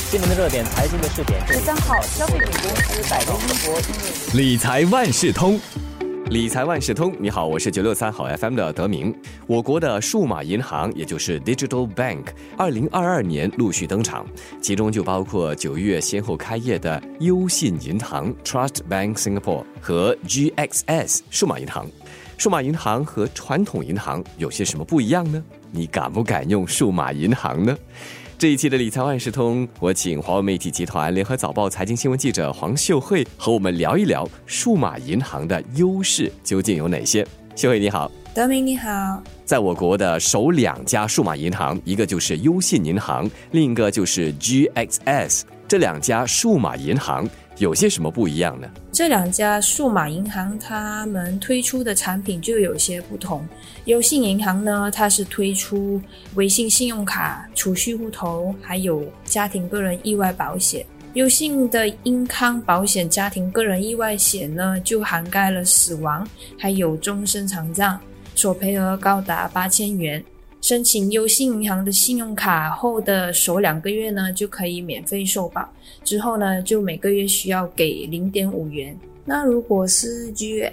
今年的热点财经的试点，13号，消费品公司百威英博理财万事通。理财万事通，你好，我是963好 FM 的德明。我国的数码银行，也就是 Digital Bank 2022年陆续登场，其中就包括9月先后开业的优信银行 Trust Bank Singapore 和 GXS 数码银行。数码银行和传统银行有些什么不一样呢？你敢不敢用数码银行呢？这一期的理财万事通，我请华为媒体集团联合早报财经新闻记者黄秀慧和我们聊一聊数码银行的优势究竟有哪些。秀慧你好。 德明你好。 在我国的首2家数码银行，一个就是优信银行，另一个就是 GXS， 这2家数码银行有些什么不一样呢？ 这2家数码银行他们推出的产品就有些不同。优信银行呢，它是推出微信信用卡、储蓄户头还有家庭个人意外保险。优信的英康保险家庭个人意外险呢，就涵盖了死亡还有终身残障，索赔额高达8000元。申请优信银行的信用卡后的首2个月呢，就可以免费受保，之后呢就每个月需要给 0.5 元。那如果是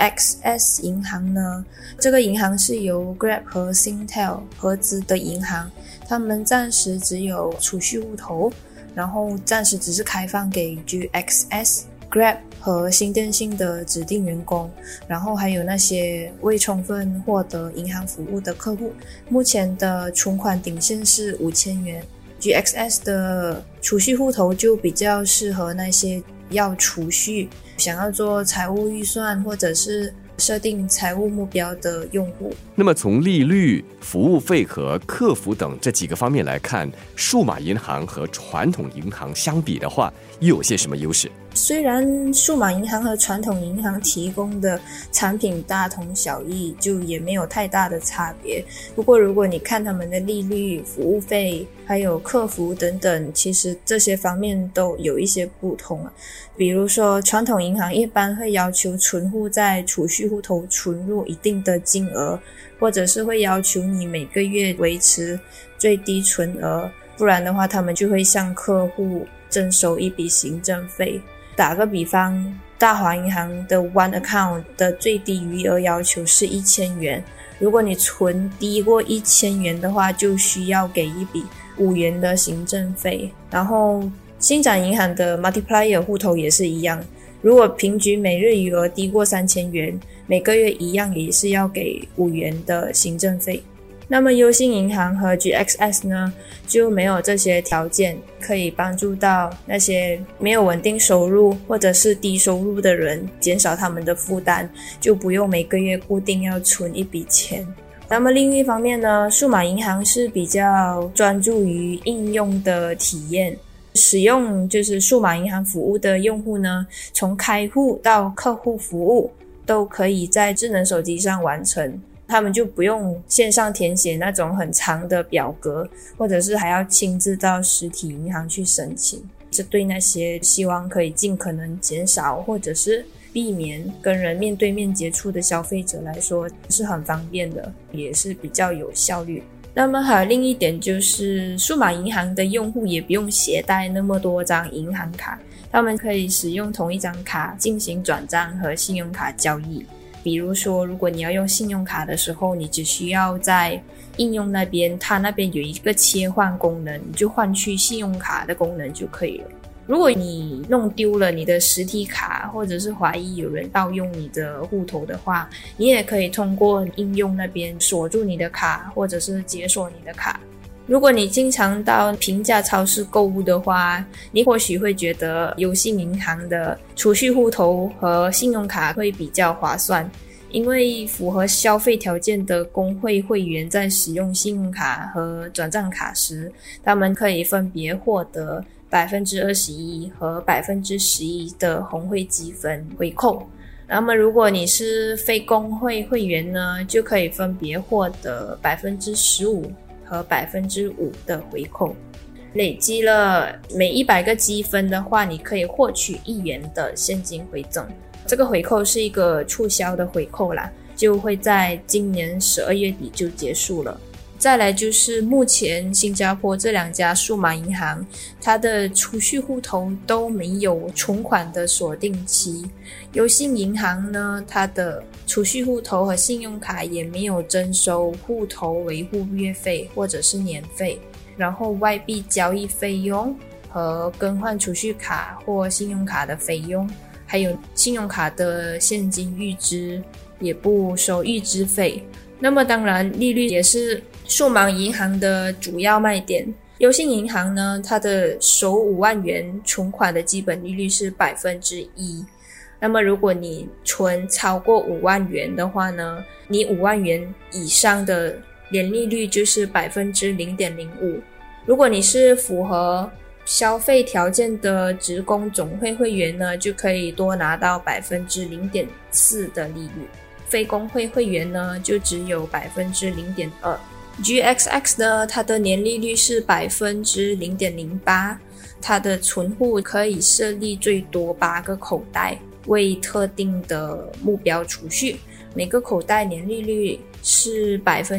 GXS 银行呢，这个银行是由 Grab 和 Singtel 合资的银行，他们暂时只有储蓄户头，然后暂时只是开放给 GXS、Grab 和新电信的指定员工，然后还有那些未充分获得银行服务的客户。目前的存款顶限是5000元。GXS 的储蓄户头就比较适合那些要储蓄、想要做财务预算或者是设定财务目标的用户。 那么从利率、服务费和客服等这几个方面来看，数码银行和传统银行相比的话，又有些什么优势？ 虽然数码银行和传统银行提供的产品大同小异，就也没有太大的差别。不过如果你看他们的利率、服务费还有客服等等，其实这些方面都有一些不同。比如说传统银行一般会要求存户在储蓄户头存入一定的金额，或者是会要求你每个月维持最低存额，不然的话他们就会向客户征收一笔行政费。打个比方，大华银行的 One Account 的最低余额要求是1000元，如果你存低过1000元的话，就需要给一笔5元的行政费。然后星展银行的 Multiplier 户头也是一样，如果平均每日余额低过3000元，每个月一样也是要给5元的行政费。那么优信银行和 GXS 呢，就没有这些条件，可以帮助到那些没有稳定收入或者是低收入的人，减少他们的负担，就不用每个月固定要存一笔钱。那么另一方面呢，数码银行是比较专注于应用的体验。使用就是数码银行服务的用户呢，从开户到客户服务都可以在智能手机上完成，他们就不用线上填写那种很长的表格，或者是还要亲自到实体银行去申请。这对那些希望可以尽可能减少或者是避免跟人面对面接触的消费者来说是很方便的，也是比较有效率。那么还有另一点就是，数码银行的用户也不用携带那么多张银行卡，他们可以使用同一张卡进行转账和信用卡交易。比如说如果你要用信用卡的时候，你只需要在应用那边，它那边有一个切换功能，你就换去信用卡的功能就可以了。如果你弄丢了你的实体卡，或者是怀疑有人盗用你的户头的话，你也可以通过应用那边锁住你的卡，或者是解锁你的卡。如果你经常到平价超市购物的话，你或许会觉得优信银行的储蓄户头和信用卡会比较划算，因为符合消费条件的工会会员在使用信用卡和转账卡时，他们可以分别获得21%和11%的红会积分回扣。那么如果你是非工会会员呢，就可以分别获得15%和5%的回扣。累积了每100个积分的话，你可以获取1元的现金回赠。这个回扣是一个促销的回扣啦，就会在今年12月底就结束了。 再来就是目前新加坡这2家数码银行，它的储蓄户头都没有存款的锁定期。优信银行呢，它的储蓄户头和信用卡也没有征收户头维护月费或者是年费，然后外币交易费用和更换储蓄卡或信用卡的费用，还有信用卡的现金预支也不收预支费。那么当然利率也是数码银行的主要卖点。优信银行呢，它的首5万元存款的基本利率是 1%， 那么如果你存超过5万元的话呢，你5万元以上的年利率就是 0.05%。 如果你是符合消费条件的职工总会会员呢，就可以多拿到 0.4% 的利率，非工会会员呢就只有 0.2%。 GXX 呢，它的年利率是 0.08%， 它的存户可以设立最多8个口袋，为特定的目标储蓄，每个口袋年利率是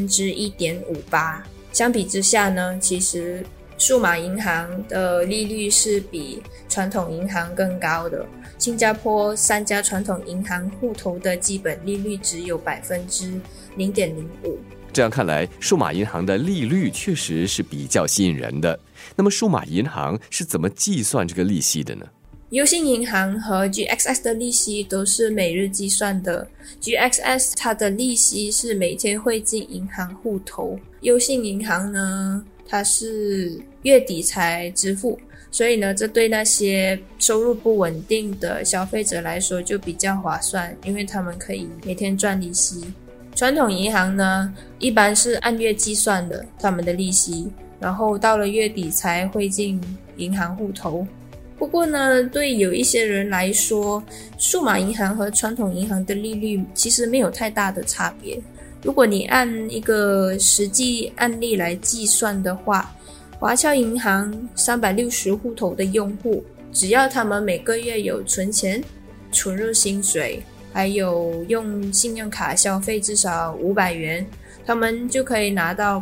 1.58%。 相比之下呢，其实数码银行的利率是比传统银行更高的。新加坡3家传统银行户头的基本利率只有 0.05%。 这样看来，数码银行的利率确实是比较吸引人的。那么数码银行是怎么计算这个利息的呢？ 优信银行和 GXS 的利息都是每日计算的。 GXS 它的利息是每天汇进银行户头，优信银行呢，它是月底才支付，所以呢，这对那些收入不稳定的消费者来说就比较划算，因为他们可以每天赚利息。传统银行呢，一般是按月计算的他们的利息，然后到了月底才汇进银行户头。不过呢，对有一些人来说，数码银行和传统银行的利率其实没有太大的差别。如果你按一个实际案例来计算的话，华侨银行360户头的用户，只要他们每个月有存钱、存入薪水，还有用信用卡消费至少500元，他们就可以拿到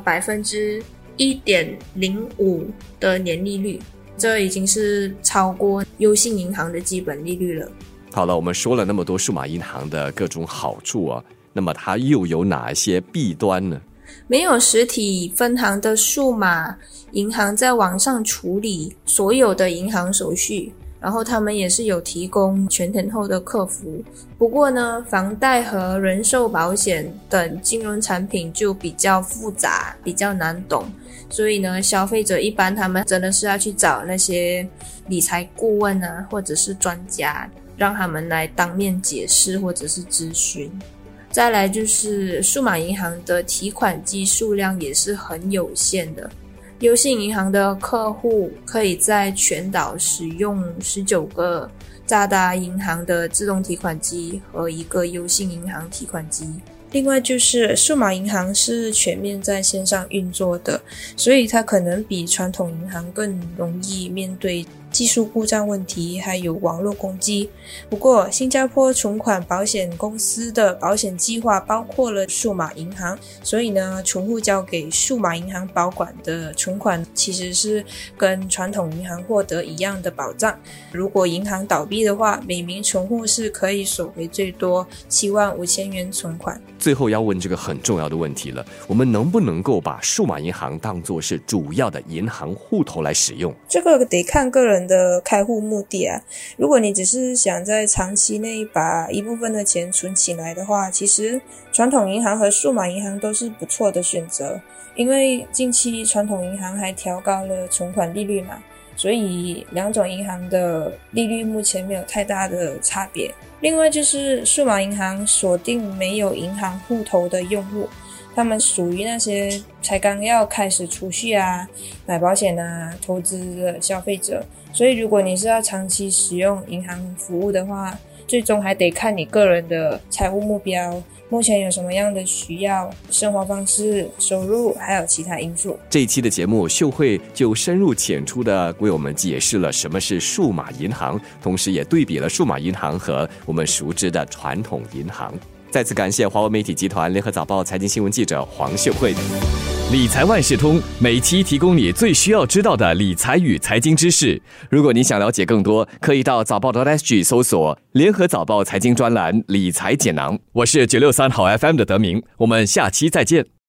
1.05% 的年利率，这已经是超过优信银行的基本利率了。 好了，我们说了那么多数码银行的各种好处啊，那么它又有哪些弊端呢？ 没有实体分行的数码银行在网上处理所有的银行手续，然后他们也是有提供全天候的客服。不过呢，房贷和人寿保险等金融产品就比较复杂，比较难懂，所以呢，消费者一般他们真的是要去找那些理财顾问啊，或者是专家，让他们来当面解释或者是咨询。再来就是数码银行的提款机数量也是很有限的。优信银行的客户可以在全岛使用19个渣打银行的自动提款机和1个优信银行提款机。另外就是数码银行是全面在线上运作的，所以它可能比传统银行更容易面对技术故障问题还有网络攻击。不过新加坡存款保险公司的保险计划包括了数码银行，所以呢，存户交给数码银行保管的存款其实是跟传统银行获得一样的保障。如果银行倒闭的话，每名存户是可以索回最多75000元存款。 最后要问这个很重要的问题了，我们能不能够把数码银行当作是主要的银行户头来使用？ 这个得看个人的开户目的啊。如果你只是想在长期内把一部分的钱存起来的话，其实传统银行和数码银行都是不错的选择。因为近期传统银行还调高了存款利率嘛，所以两种银行的利率目前没有太大的差别。另外就是数码银行锁定没有银行户头的用户，他们属于那些才刚要开始储蓄啊、买保险啊、投资的消费者，所以如果你是要长期使用银行服务的话，最终还得看你个人的财务目标，目前有什么样的需要、生活方式、收入，还有其他因素。 这一期的节目，秀慧就深入浅出的为我们解释了什么是数码银行，同时也对比了数码银行和我们熟知的传统银行。 再次感谢华为媒体集团联合早报财经新闻记者黄秀慧。理财万事通每期提供你最需要知道的理财与财经知识。如果你想了解更多，可以到早报.sg 搜索联合早报财经专栏理财解囊。我是963好 FM 的德明，我们下期再见。